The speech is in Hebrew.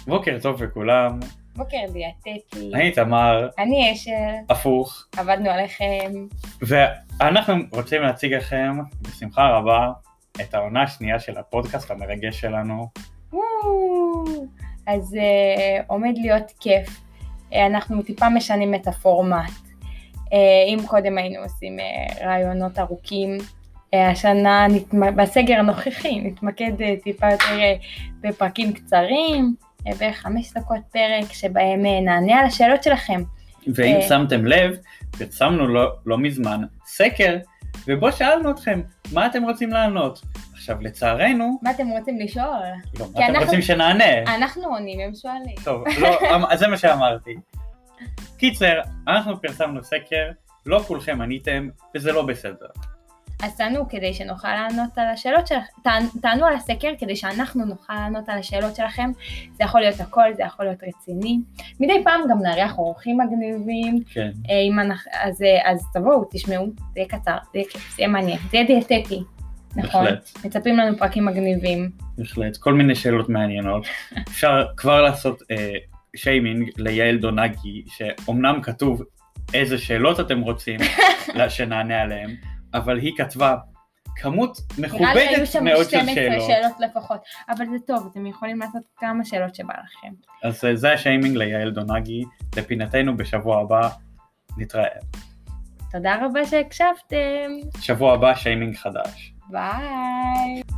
בוקר טוב לכולם, בוקר דיאטטי. אני תמר, אני אשל. הפוך, עבדנו עליכם. ואנחנו רוצים להציג לכם בשמחה רבה את העונה השנייה של הפודקאסט המרגש שלנו. אז עומד להיות כיף. אנחנו טיפה משנים את הפורמט. אם קודם היינו עושים רעיונות ארוכים, השנה בסגר הנוכחי נתמקד טיפה יותר בפרקים קצרים, ב5 דקות פרק שבהם נענה על השאלות שלכם. ואם שמתם לב, פרסמנו לא מזמן סקר, ובו שאלנו אתכם מה אתם רוצים לענות. עכשיו לצערנו... מה אתם רוצים לשאול? לא, מה אתם רוצים שנענה? אנחנו עונים, הם שואלים. טוב, לא, זה מה שאמרתי. קיצר, אנחנו פרסמנו סקר, לא כולכם עניתם, וזה לא בסדר. אז כדי שנוכל לענות על השאלות שלכם, תענו על הסקר כדי שאנחנו נוכל לענות על השאלות שלכם. זה יכול להיות הכל, זה יכול להיות רציני. מדי פעם גם נארח אורחים מגניבים. כן. אז תבואו, תשמעו, זה יהיה קצר, זה יהיה כיף, זה יהיה מעניין, זה יהיה דיאטטי. נכון? מצפים לנו פרקים מגניבים. בהחלט, כל מיני שאלות מעניינות. אפשר כבר לעשות שיימינג ליעל דונגי, שאומנם כתוב איזה שאלות אתם רוצים שנענה עליהם, אבל היא כתבה כמות מכובדת מאוד של שאלות. 12 שאלות לפחות, אבל זה טוב, אתם יכולים לעשות כמה שאלות שבא לכם. אז זה השיימינג ליעל דונגי, לפינתנו בשבוע הבא, נתראה. תודה רבה שהקשבתם. שבוע הבא שיימינג חדש. ביי.